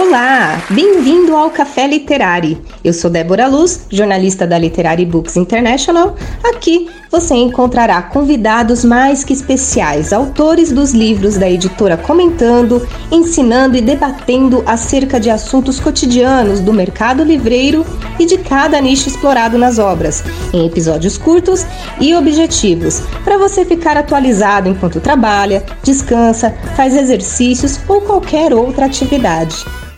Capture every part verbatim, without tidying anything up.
Olá, bem-vindo ao Café Literari. Eu sou Débora Luz, jornalista da Literary Books International. Aqui você encontrará convidados mais que especiais, autores dos livros da editora comentando, ensinando e debatendo acerca de assuntos cotidianos do mercado livreiro e de cada nicho explorado nas obras, em episódios curtos e objetivos, para você ficar atualizado enquanto trabalha, descansa, faz exercícios ou qualquer outra atividade.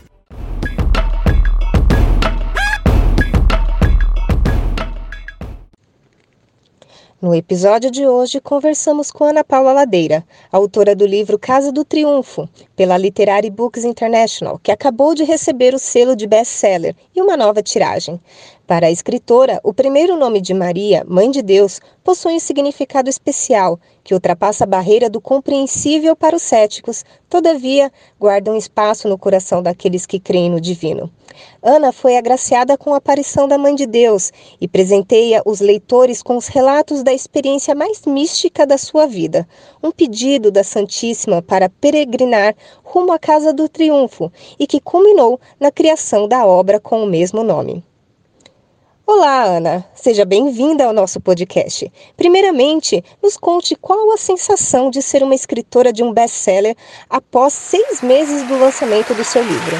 No episódio de hoje, conversamos com Ana Paula Ladeira, autora do livro Casa do Triunfo, pela Literary Books International, que acabou de receber o selo de best-seller e uma nova tiragem. Para a escritora, o primeiro nome de Maria, Mãe de Deus, possui um significado especial, que ultrapassa a barreira do compreensível para os céticos, todavia, guarda um espaço no coração daqueles que creem no divino. Ana foi agraciada com a aparição da Mãe de Deus e presenteia os leitores com os relatos da experiência mais mística da sua vida, um pedido da Santíssima para peregrinar rumo à Casa do Triunfo e que culminou na criação da obra com o mesmo nome. Olá, Ana! Seja bem-vinda ao nosso podcast. Primeiramente, nos conte qual a sensação de ser uma escritora de um best-seller após seis meses do lançamento do seu livro.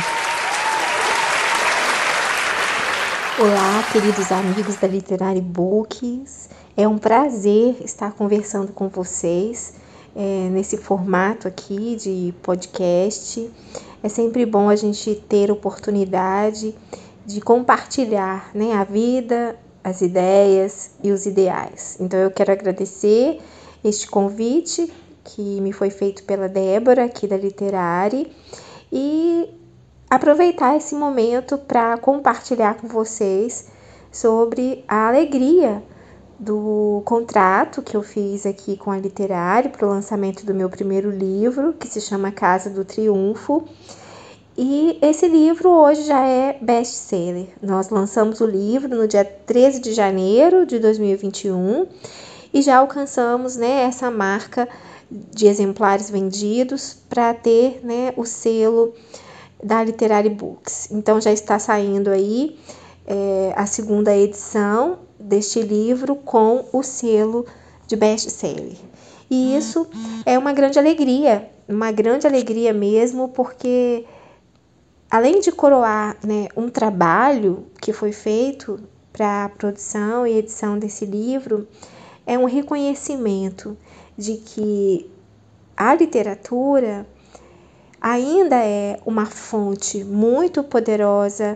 Olá, queridos amigos da Literary Books. É um prazer estar conversando com vocês é, nesse formato aqui de podcast. É sempre bom a gente ter oportunidade de compartilhar, né, a vida, as ideias e os ideais. Então eu quero agradecer este convite que me foi feito pela Débora aqui da Literary e aproveitar esse momento para compartilhar com vocês sobre a alegria do contrato que eu fiz aqui com a Literary para o lançamento do meu primeiro livro, que se chama Casa do Triunfo. E esse livro hoje já é best-seller. Nós lançamos o livro no dia treze de janeiro de dois mil e vinte e um e já alcançamos, né, essa marca de exemplares vendidos para ter, né, o selo da Literary Books. Então já está saindo aí é, a segunda edição deste livro com o selo de best-seller. E isso é uma grande alegria, uma grande alegria mesmo, porque além de coroar, né, um trabalho que foi feito para a produção e edição desse livro, é um reconhecimento de que a literatura ainda é uma fonte muito poderosa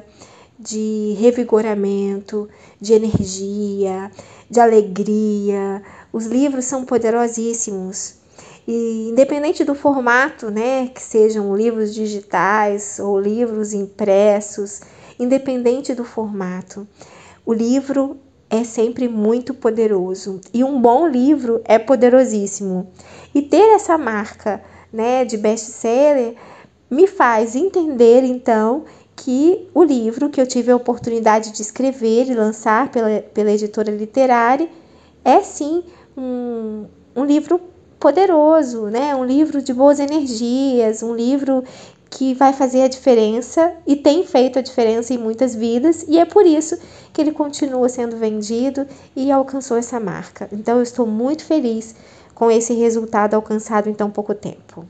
de revigoramento, de energia, de alegria. Os livros são poderosíssimos. E independente do formato, né, que sejam livros digitais ou livros impressos, independente do formato, o livro é sempre muito poderoso. E um bom livro é poderosíssimo. E ter essa marca, né, de best-seller me faz entender, então, que o livro que eu tive a oportunidade de escrever e lançar pela, pela editora Literary é, sim, um, um livro poderoso, né? Um livro de boas energias, um livro que vai fazer a diferença e tem feito a diferença em muitas vidas, e é por isso que ele continua sendo vendido e alcançou essa marca. Então eu estou muito feliz com esse resultado alcançado em tão pouco tempo.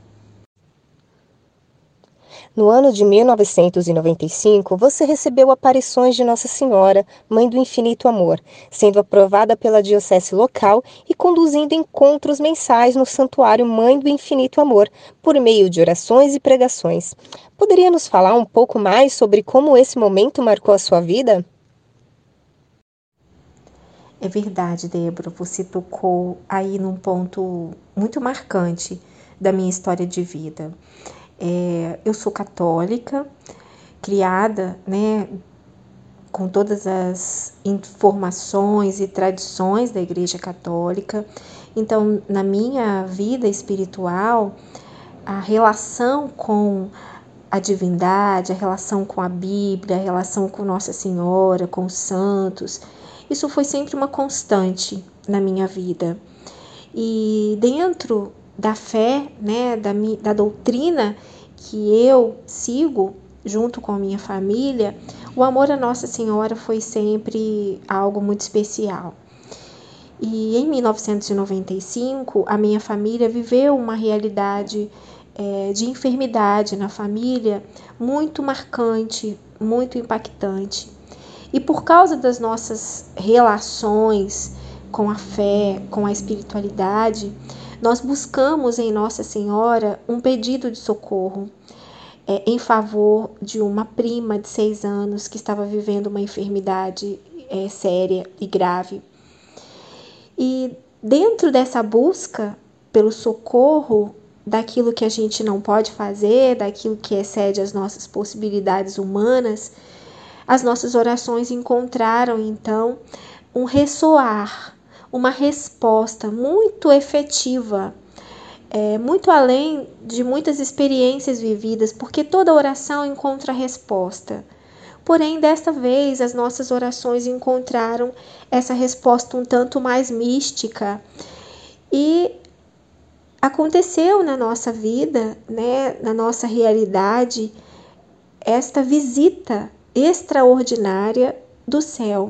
No ano de mil novecentos e noventa e cinco, você recebeu aparições de Nossa Senhora, Mãe do Infinito Amor, sendo aprovada pela diocese local e conduzindo encontros mensais no Santuário Mãe do Infinito Amor, por meio de orações e pregações. Poderia nos falar um pouco mais sobre como esse momento marcou a sua vida? É verdade, Débora, você tocou aí num ponto muito marcante da minha história de vida. É, eu sou católica, criada, né, com todas as informações e tradições da Igreja Católica. Então, na minha vida espiritual, a relação com a divindade, a relação com a Bíblia, a relação com Nossa Senhora, com os santos, isso foi sempre uma constante na minha vida. E dentro da fé, né, da, da doutrina que eu sigo, junto com a minha família, o amor a Nossa Senhora foi sempre algo muito especial. E em mil novecentos e noventa e cinco, a minha família viveu uma realidade é, de enfermidade na família muito marcante, muito impactante. E por causa das nossas relações com a fé, com a espiritualidade, nós buscamos em Nossa Senhora um pedido de socorro é, em favor de uma prima de seis anos que estava vivendo uma enfermidade é, séria e grave. E dentro dessa busca pelo socorro daquilo que a gente não pode fazer, daquilo que excede as nossas possibilidades humanas, as nossas orações encontraram então um ressoar, uma resposta muito efetiva, é, muito além de muitas experiências vividas, porque toda oração encontra resposta. Porém, desta vez, as nossas orações encontraram essa resposta um tanto mais mística. E aconteceu na nossa vida, né, na nossa realidade, esta visita extraordinária do céu.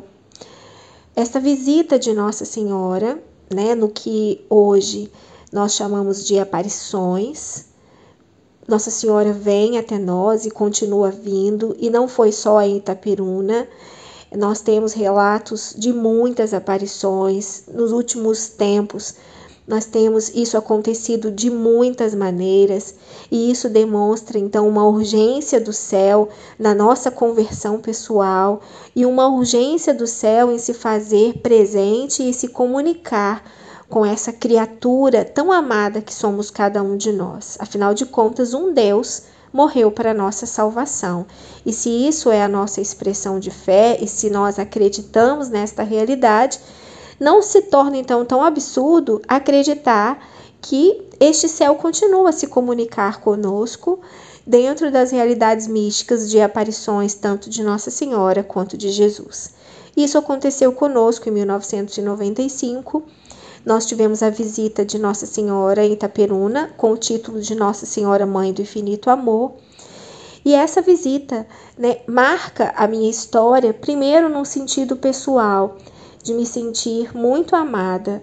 Esta visita de Nossa Senhora, né, no que hoje nós chamamos de aparições. Nossa Senhora vem até nós e continua vindo, e não foi só em Itaperuna. Nós temos relatos de muitas aparições nos últimos tempos. Nós temos isso acontecido de muitas maneiras, e isso demonstra então uma urgência do céu na nossa conversão pessoal e uma urgência do céu em se fazer presente e se comunicar com essa criatura tão amada que somos cada um de nós. Afinal de contas, um Deus morreu para a nossa salvação. E se isso é a nossa expressão de fé, e se nós acreditamos nesta realidade, não se torna então tão absurdo acreditar que este céu continua a se comunicar conosco dentro das realidades místicas de aparições tanto de Nossa Senhora quanto de Jesus. Isso aconteceu conosco em mil novecentos e noventa e cinco. Nós tivemos a visita de Nossa Senhora em Itaperuna, com o título de Nossa Senhora Mãe do Infinito Amor. E essa visita, né, marca a minha história, primeiro num sentido pessoal, de me sentir muito amada,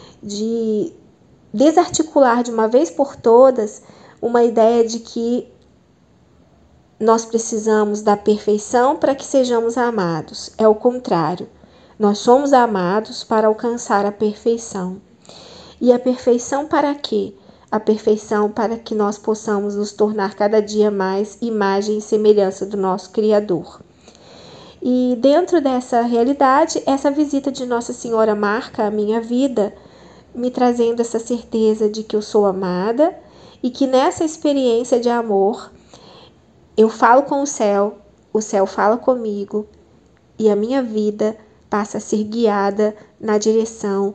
de desarticular de uma vez por todas uma ideia de que nós precisamos da perfeição para que sejamos amados. É o contrário. Nós somos amados para alcançar a perfeição. E a perfeição para quê? A perfeição para que nós possamos nos tornar cada dia mais imagem e semelhança do nosso Criador. E dentro dessa realidade, essa visita de Nossa Senhora marca a minha vida, me trazendo essa certeza de que eu sou amada e que nessa experiência de amor, eu falo com o céu, o céu fala comigo e a minha vida passa a ser guiada na direção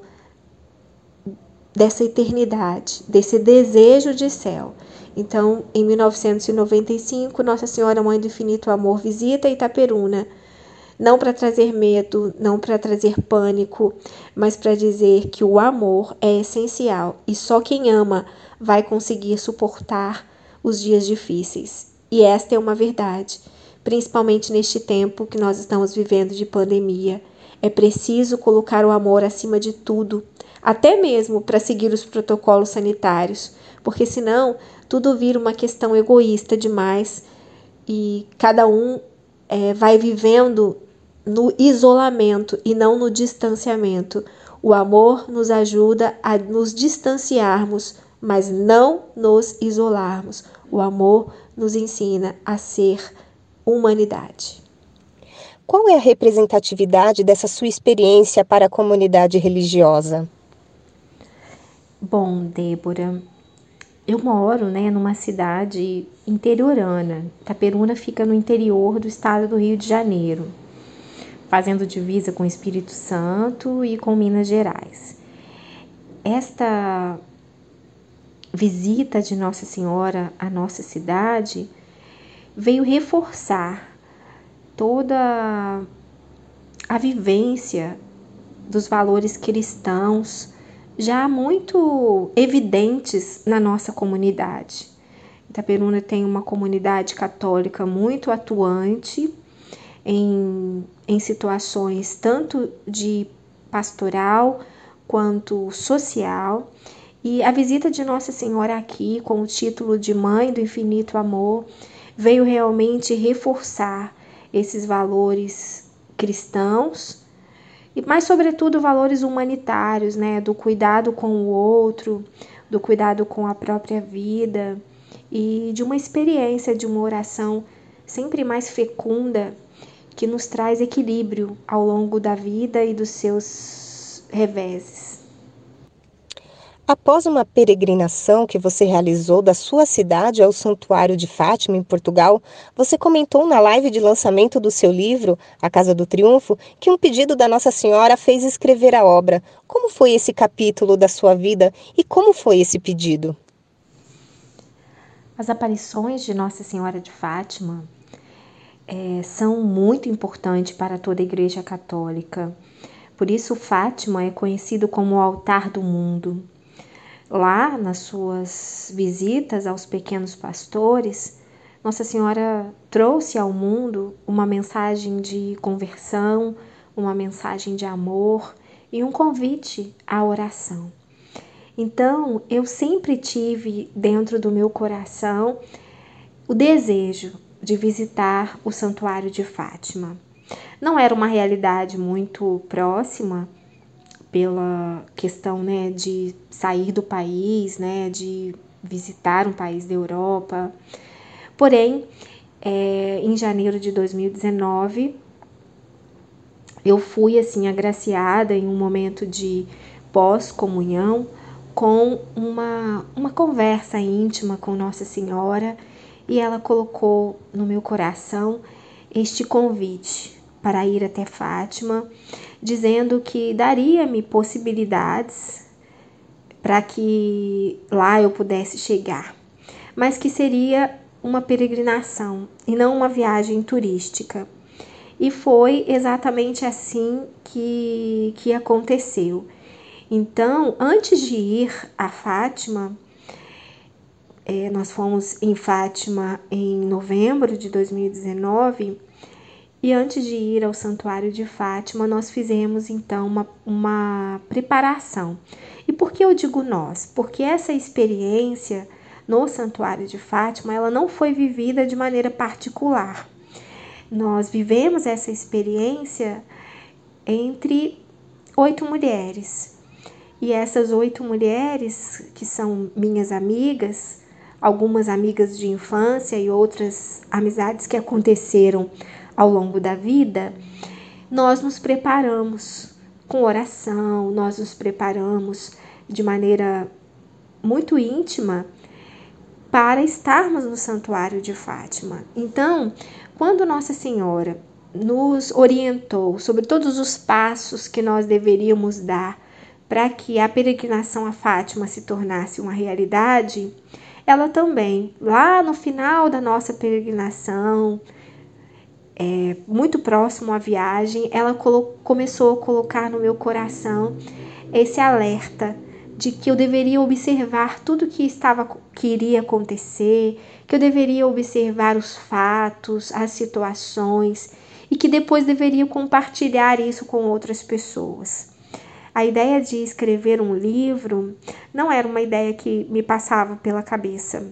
dessa eternidade, desse desejo de céu. Então, em mil novecentos e noventa e cinco, Nossa Senhora Mãe do Infinito Amor visita Itaperuna, não para trazer medo, não para trazer pânico, mas para dizer que o amor é essencial e só quem ama vai conseguir suportar os dias difíceis. E esta é uma verdade, principalmente neste tempo que nós estamos vivendo de pandemia. É preciso colocar o amor acima de tudo, até mesmo para seguir os protocolos sanitários, porque senão tudo vira uma questão egoísta demais e cada um é, vai vivendo no isolamento e não no distanciamento. O amor nos ajuda a nos distanciarmos, mas não nos isolarmos. O amor nos ensina a ser humanidade. Qual é a representatividade dessa sua experiência para a comunidade religiosa? Bom, Débora, eu moro, né, numa cidade interiorana. Itaperuna fica no interior do estado do Rio de Janeiro, fazendo divisa com o Espírito Santo e com Minas Gerais. Esta visita de Nossa Senhora à nossa cidade veio reforçar toda a vivência dos valores cristãos já muito evidentes na nossa comunidade, Itaperuna tem uma comunidade católica muito atuante em, em situações tanto de pastoral quanto social. E a visita de Nossa Senhora aqui, com o título de Mãe do Infinito Amor, veio realmente reforçar esses valores cristãos, mas sobretudo valores humanitários, né, do cuidado com o outro, do cuidado com a própria vida e de uma experiência de uma oração sempre mais fecunda que nos traz equilíbrio ao longo da vida e dos seus reveses. Após uma peregrinação que você realizou da sua cidade ao Santuário de Fátima, em Portugal, você comentou na live de lançamento do seu livro, A Casa do Triunfo, que um pedido da Nossa Senhora fez escrever a obra. Como foi esse capítulo da sua vida e como foi esse pedido? As aparições de Nossa Senhora de Fátima é, são muito importantes para toda a Igreja Católica. Por isso, Fátima é conhecido como o altar do mundo. Lá, nas suas visitas aos pequenos pastores, Nossa Senhora trouxe ao mundo uma mensagem de conversão, uma mensagem de amor e um convite à oração. Então, eu sempre tive dentro do meu coração o desejo de visitar o Santuário de Fátima. Não era uma realidade muito próxima, pela questão, né, de sair do país, né, de visitar um país da Europa. Porém, é, em janeiro de dois mil e dezenove, eu fui assim agraciada em um momento de pós-comunhão com uma, uma conversa íntima com Nossa Senhora, e ela colocou no meu coração este convite para ir até Fátima, dizendo que daria-me possibilidades para que lá eu pudesse chegar, mas que seria uma peregrinação e não uma viagem turística. E foi exatamente assim que, que aconteceu. Então, antes de ir a Fátima, é, nós fomos em Fátima em novembro de dois mil e dezenove, e antes de ir ao Santuário de Fátima, nós fizemos então uma, uma preparação. E por que eu digo nós? Porque essa experiência no Santuário de Fátima, ela não foi vivida de maneira particular. Nós vivemos essa experiência entre oito mulheres. E essas oito mulheres, que são minhas amigas, algumas amigas de infância e outras amizades que aconteceram ao longo da vida, nós nos preparamos com oração, nós nos preparamos de maneira muito íntima para estarmos no Santuário de Fátima. Então, quando Nossa Senhora nos orientou sobre todos os passos que nós deveríamos dar para que a peregrinação a Fátima se tornasse uma realidade, ela também, lá no final da nossa peregrinação, é, muito próximo à viagem, ela colo- começou a colocar no meu coração esse alerta de que eu deveria observar tudo que estava, que iria acontecer, que eu deveria observar os fatos, as situações e que depois deveria compartilhar isso com outras pessoas. A ideia de escrever um livro não era uma ideia que me passava pela cabeça,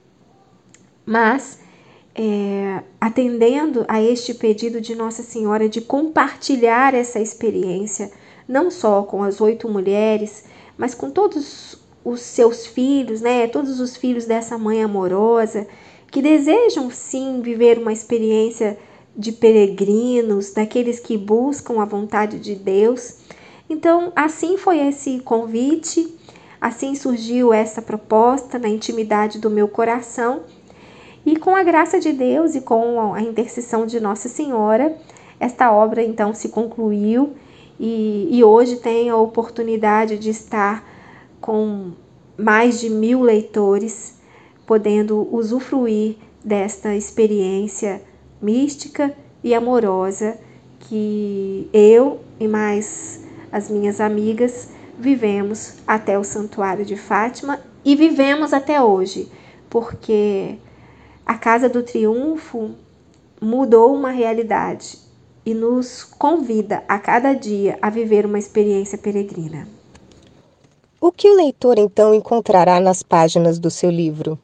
mas é, atendendo a este pedido de Nossa Senhora de compartilhar essa experiência, não só com as oito mulheres, mas com todos os seus filhos, né? Todos os filhos dessa mãe amorosa, que desejam sim viver uma experiência de peregrinos, daqueles que buscam a vontade de Deus. Então, assim foi esse convite, assim surgiu essa proposta na intimidade do meu coração. E com a graça de Deus e com a intercessão de Nossa Senhora, esta obra então se concluiu e, e hoje tenho a oportunidade de estar com mais de mil leitores, podendo usufruir desta experiência mística e amorosa que eu e mais as minhas amigas vivemos até o Santuário de Fátima e vivemos até hoje, porque a Casa do Triunfo mudou uma realidade e nos convida a cada dia a viver uma experiência peregrina. O que o leitor então encontrará nas páginas do seu livro?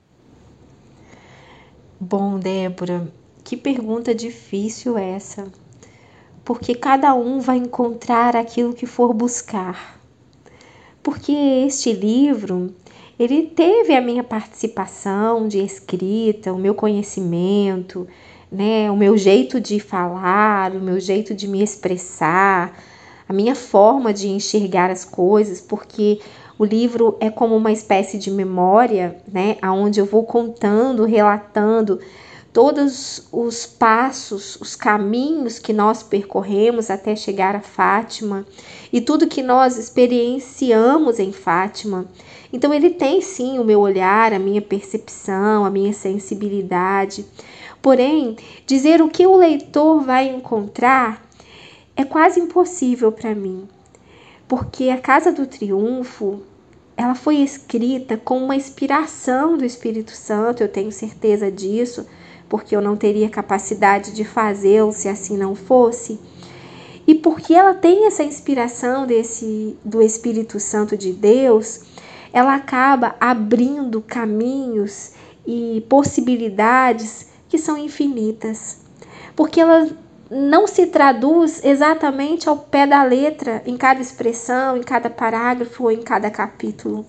Bom, Débora, que pergunta difícil essa, porque cada um vai encontrar aquilo que for buscar. Porque este livro, ele teve a minha participação de escrita, o meu conhecimento, né, o meu jeito de falar, o meu jeito de me expressar, a minha forma de enxergar as coisas, porque o livro é como uma espécie de memória, né, onde eu vou contando, relatando todos os passos, os caminhos que nós percorremos até chegar a Fátima e tudo que nós experienciamos em Fátima. Então ele tem sim o meu olhar, a minha percepção, a minha sensibilidade. Porém, dizer o que o leitor vai encontrar é quase impossível para mim, porque a Casa do Triunfo, ela foi escrita com uma inspiração do Espírito Santo, eu tenho certeza disso, porque eu não teria capacidade de fazê-lo se assim não fosse. E porque ela tem essa inspiração desse, do Espírito Santo de Deus, ela acaba abrindo caminhos e possibilidades que são infinitas. Porque ela não se traduz exatamente ao pé da letra, em cada expressão, em cada parágrafo ou em cada capítulo.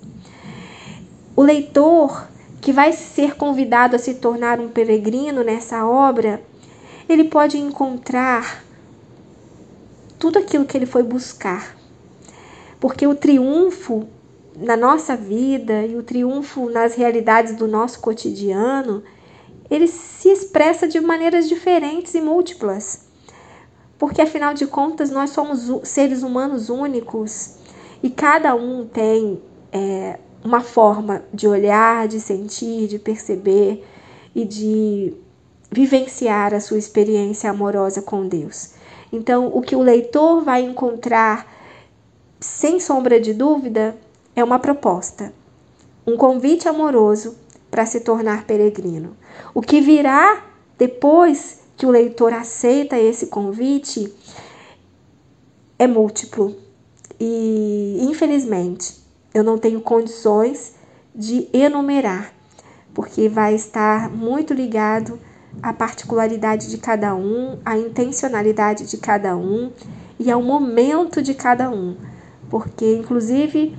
O leitor que vai ser convidado a se tornar um peregrino nessa obra, ele pode encontrar tudo aquilo que ele foi buscar. Porque o triunfo na nossa vida e o triunfo nas realidades do nosso cotidiano, ele se expressa de maneiras diferentes e múltiplas. Porque, afinal de contas, nós somos seres humanos únicos e cada um tem é, uma forma de olhar, de sentir, de perceber e de vivenciar a sua experiência amorosa com Deus. Então, o que o leitor vai encontrar, sem sombra de dúvida, é uma proposta, um convite amoroso para se tornar peregrino. O que virá depois que o leitor aceita esse convite é múltiplo e, infelizmente, eu não tenho condições de enumerar, porque vai estar muito ligado à particularidade de cada um, à intencionalidade de cada um e ao momento de cada um, porque, inclusive,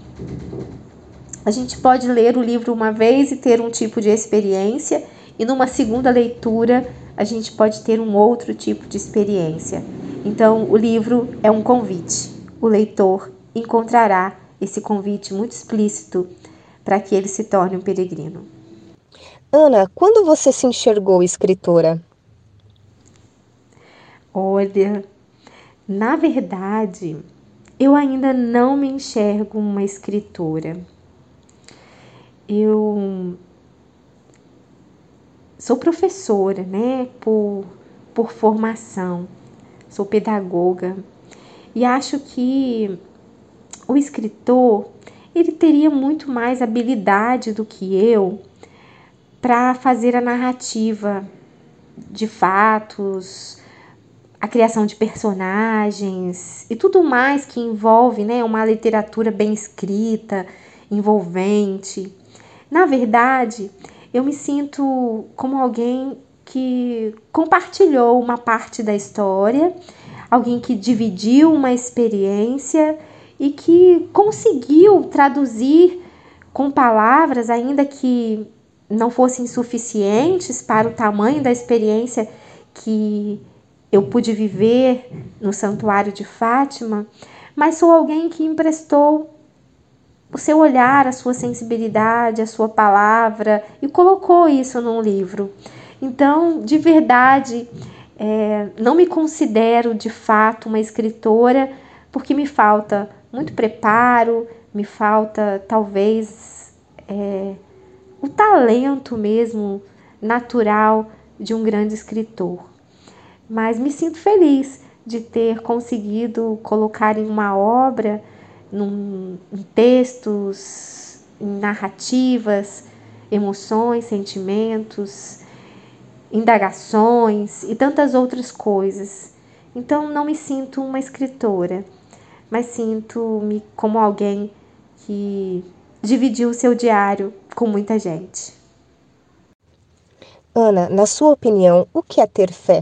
a gente pode ler o livro uma vez e ter um tipo de experiência, e numa segunda leitura a gente pode ter um outro tipo de experiência. Então, o livro é um convite. O leitor encontrará esse convite muito explícito para que ele se torne um peregrino. Ana, quando você se enxergou escritora? Olha, na verdade, eu ainda não me enxergo uma escritora. Eu sou professora, né, por, por formação, sou pedagoga e acho que o escritor, ele teria muito mais habilidade do que eu para fazer a narrativa de fatos, a criação de personagens e tudo mais que envolve, né, uma literatura bem escrita, envolvente. Na verdade, eu me sinto como alguém que compartilhou uma parte da história, alguém que dividiu uma experiência e que conseguiu traduzir com palavras, ainda que não fossem suficientes para o tamanho da experiência que eu pude viver no Santuário de Fátima, mas sou alguém que emprestou o seu olhar, a sua sensibilidade, a sua palavra e colocou isso num livro. Então, de verdade, é, não me considero de fato uma escritora, porque me falta muito preparo, me falta talvez é, o talento mesmo natural de um grande escritor. Mas me sinto feliz de ter conseguido colocar em uma obra, num, em textos, em narrativas, emoções, sentimentos, indagações e tantas outras coisas. Então não me sinto uma escritora, mas sinto-me como alguém que dividiu o seu diário com muita gente. Ana, na sua opinião, o que é ter fé?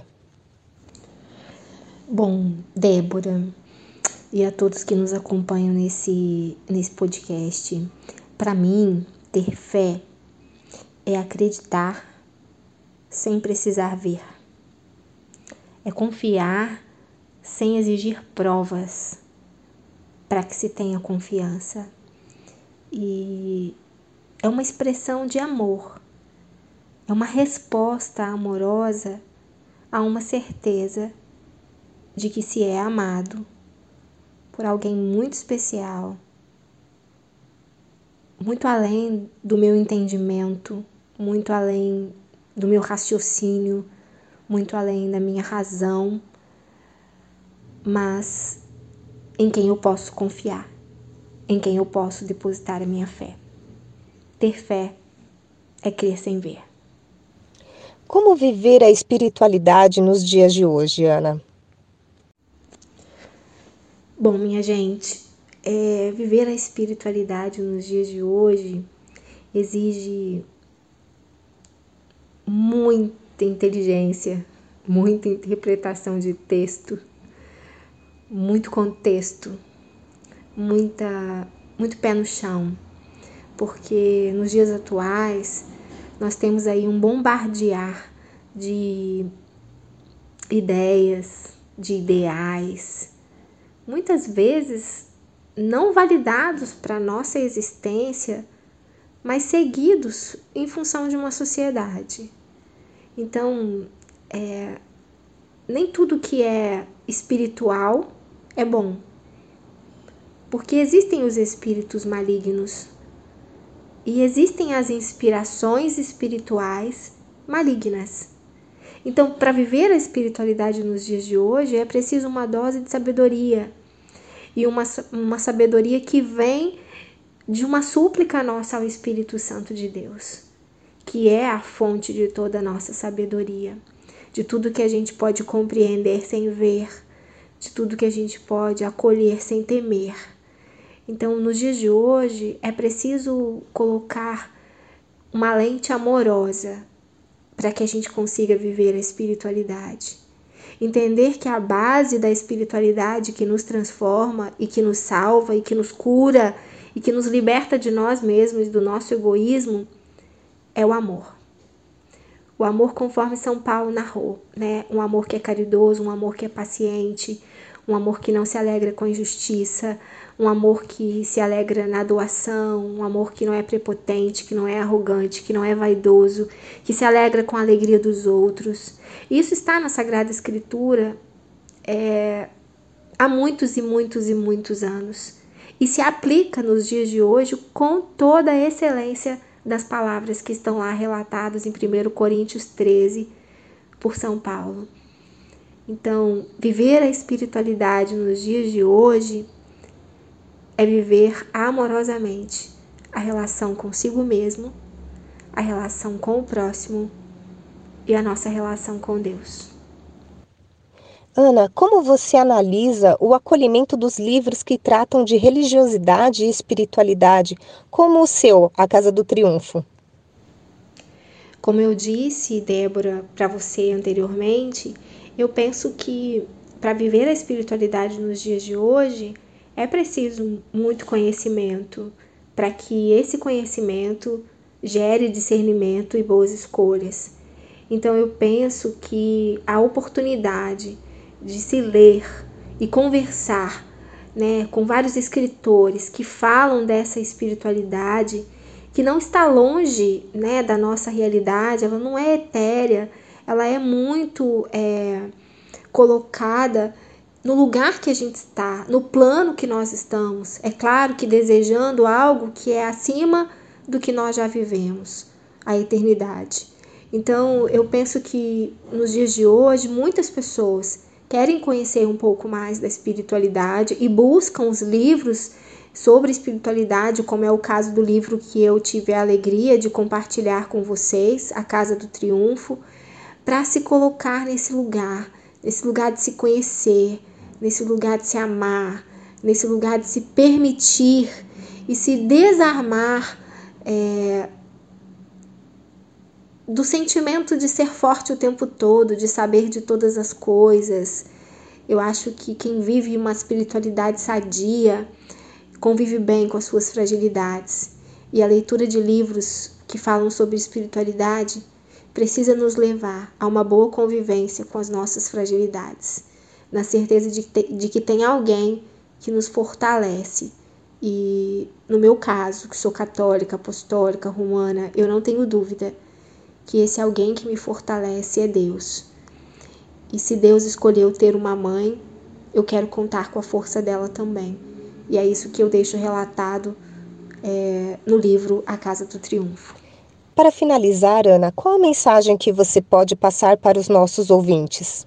Bom, Débora, e a todos que nos acompanham nesse, nesse podcast, para mim, ter fé é acreditar sem precisar ver. É confiar sem exigir provas para que se tenha confiança. E é uma expressão de amor. É uma resposta amorosa a uma certeza de que se é amado por alguém muito especial, muito além do meu entendimento, muito além do meu raciocínio, muito além da minha razão, mas em quem eu posso confiar, em quem eu posso depositar a minha fé. Ter fé é crer sem ver. Como viver a espiritualidade nos dias de hoje, Ana? Bom, minha gente, é, viver a espiritualidade nos dias de hoje exige muita inteligência, muita interpretação de texto, muito contexto, muita, muito pé no chão, porque nos dias atuais nós temos aí um bombardear de ideias, de ideais, muitas vezes não validados para a nossa existência, mas seguidos em função de uma sociedade. Então, é, nem tudo que é espiritual é bom, porque existem os espíritos malignos e existem as inspirações espirituais malignas. Então, para viver a espiritualidade nos dias de hoje, é preciso uma dose de sabedoria, e uma, uma sabedoria que vem de uma súplica nossa ao Espírito Santo de Deus, que é a fonte de toda a nossa sabedoria, de tudo que a gente pode compreender sem ver, de tudo que a gente pode acolher sem temer. Então, nos dias de hoje, é preciso colocar uma lente amorosa para que a gente consiga viver a espiritualidade. Entender que a base da espiritualidade que nos transforma e que nos salva e que nos cura e que nos liberta de nós mesmos, do nosso egoísmo, é o amor. O amor conforme São Paulo narrou, né? Um amor que é caridoso, um amor que é paciente, um amor que não se alegra com a injustiça, um amor que se alegra na doação, um amor que não é prepotente, que não é arrogante, que não é vaidoso, que se alegra com a alegria dos outros. Isso está na Sagrada Escritura é, há muitos e muitos e muitos anos e se aplica nos dias de hoje com toda a excelência das palavras que estão lá relatadas em primeiro Coríntios treze por São Paulo. Então, viver a espiritualidade nos dias de hoje é viver amorosamente a relação consigo mesmo, a relação com o próximo e a nossa relação com Deus. Ana, como você analisa o acolhimento dos livros que tratam de religiosidade e espiritualidade, como o seu, A Casa do Triunfo? Como eu disse, Débora, para você anteriormente, eu penso que para viver a espiritualidade nos dias de hoje é preciso muito conhecimento, para que esse conhecimento gere discernimento e boas escolhas. Então eu penso que a oportunidade de se ler e conversar, né, com vários escritores que falam dessa espiritualidade, que não está longe, né, da nossa realidade, ela não é etérea, ela é muito é, colocada no lugar que a gente está, no plano que nós estamos. É claro que desejando algo que é acima do que nós já vivemos, a eternidade. Então, eu penso que nos dias de hoje, muitas pessoas querem conhecer um pouco mais da espiritualidade e buscam os livros sobre espiritualidade, como é o caso do livro que eu tive a alegria de compartilhar com vocês, A Casa do Triunfo, para se colocar nesse lugar, nesse lugar de se conhecer, nesse lugar de se amar, nesse lugar de se permitir e se desarmar é, do sentimento de ser forte o tempo todo, de saber de todas as coisas. Eu acho que quem vive uma espiritualidade sadia convive bem com as suas fragilidades. E a leitura de livros que falam sobre espiritualidade precisa nos levar a uma boa convivência com as nossas fragilidades, na certeza de, de que tem alguém que nos fortalece. E no meu caso, que sou católica, apostólica, romana, eu não tenho dúvida que esse alguém que me fortalece é Deus. E se Deus escolheu ter uma mãe, eu quero contar com a força dela também. E é isso que eu deixo relatado é, no livro A Casa do Triunfo. Para finalizar, Ana, qual a mensagem que você pode passar para os nossos ouvintes?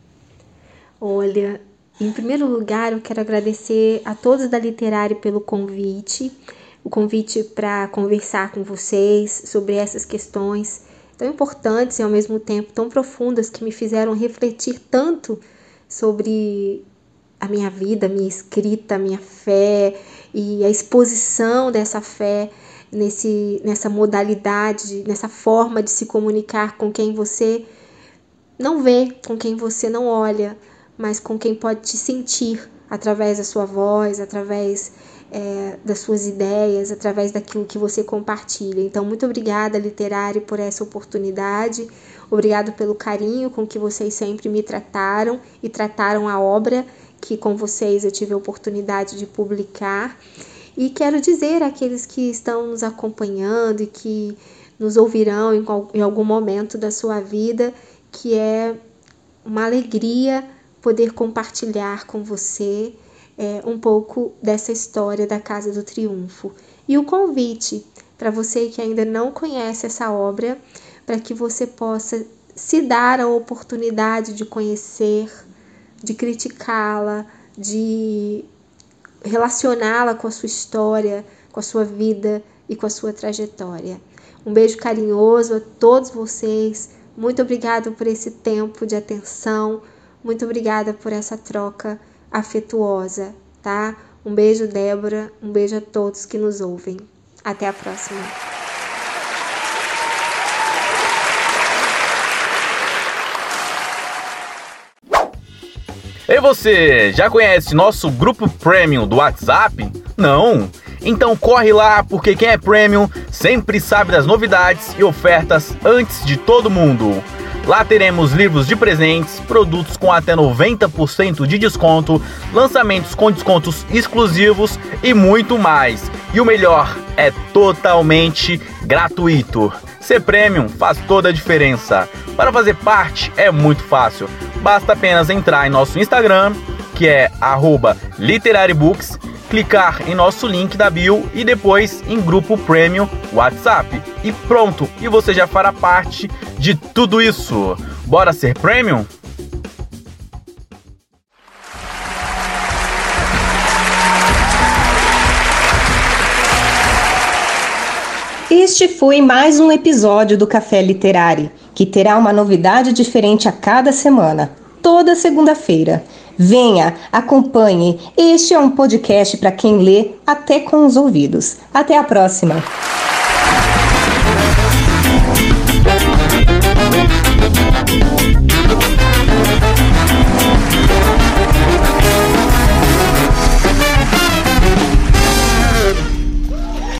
Olha, em primeiro lugar, eu quero agradecer a todos da Literária pelo convite, o convite para conversar com vocês sobre essas questões tão importantes e ao mesmo tempo tão profundas que me fizeram refletir tanto sobre a minha vida, a minha escrita, a minha fé e a exposição dessa fé nesse, nessa modalidade, nessa forma de se comunicar com quem você não vê, com quem você não olha, mas com quem pode te sentir através da sua voz, através é, das suas ideias, através daquilo que você compartilha. Então, muito obrigada, Literária, por essa oportunidade. Obrigado pelo carinho com que vocês sempre me trataram e trataram a obra que com vocês eu tive a oportunidade de publicar. E quero dizer àqueles que estão nos acompanhando e que nos ouvirão em, em algum momento da sua vida, que é uma alegria poder compartilhar com você é, um pouco dessa história da Casa do Triunfo. E o convite para você que ainda não conhece essa obra, para que você possa se dar a oportunidade de conhecer, de criticá-la, de relacioná-la com a sua história, com a sua vida e com a sua trajetória. Um beijo carinhoso a todos vocês. Muito obrigada por esse tempo de atenção. Muito obrigada por essa troca afetuosa, tá? Um beijo, Débora. Um beijo a todos que nos ouvem. Até a próxima. E você, já conhece nosso grupo Premium do WhatsApp? Não? Então corre lá, porque quem é Premium sempre sabe das novidades e ofertas antes de todo mundo. Lá teremos livros de presentes, produtos com até noventa por cento de desconto, lançamentos com descontos exclusivos e muito mais. E o melhor, é totalmente gratuito. Ser Premium faz toda a diferença. Para fazer parte é muito fácil. Basta apenas entrar em nosso Instagram, que é arroba literarybooks, clicar em nosso link da bio e depois em grupo Premium WhatsApp. E pronto, e você já fará parte de tudo isso. Bora ser Premium? Este foi mais um episódio do Café Literário, que terá uma novidade diferente a cada semana, toda segunda-feira. Venha, acompanhe. Este é um podcast para quem lê até com os ouvidos. Até a próxima!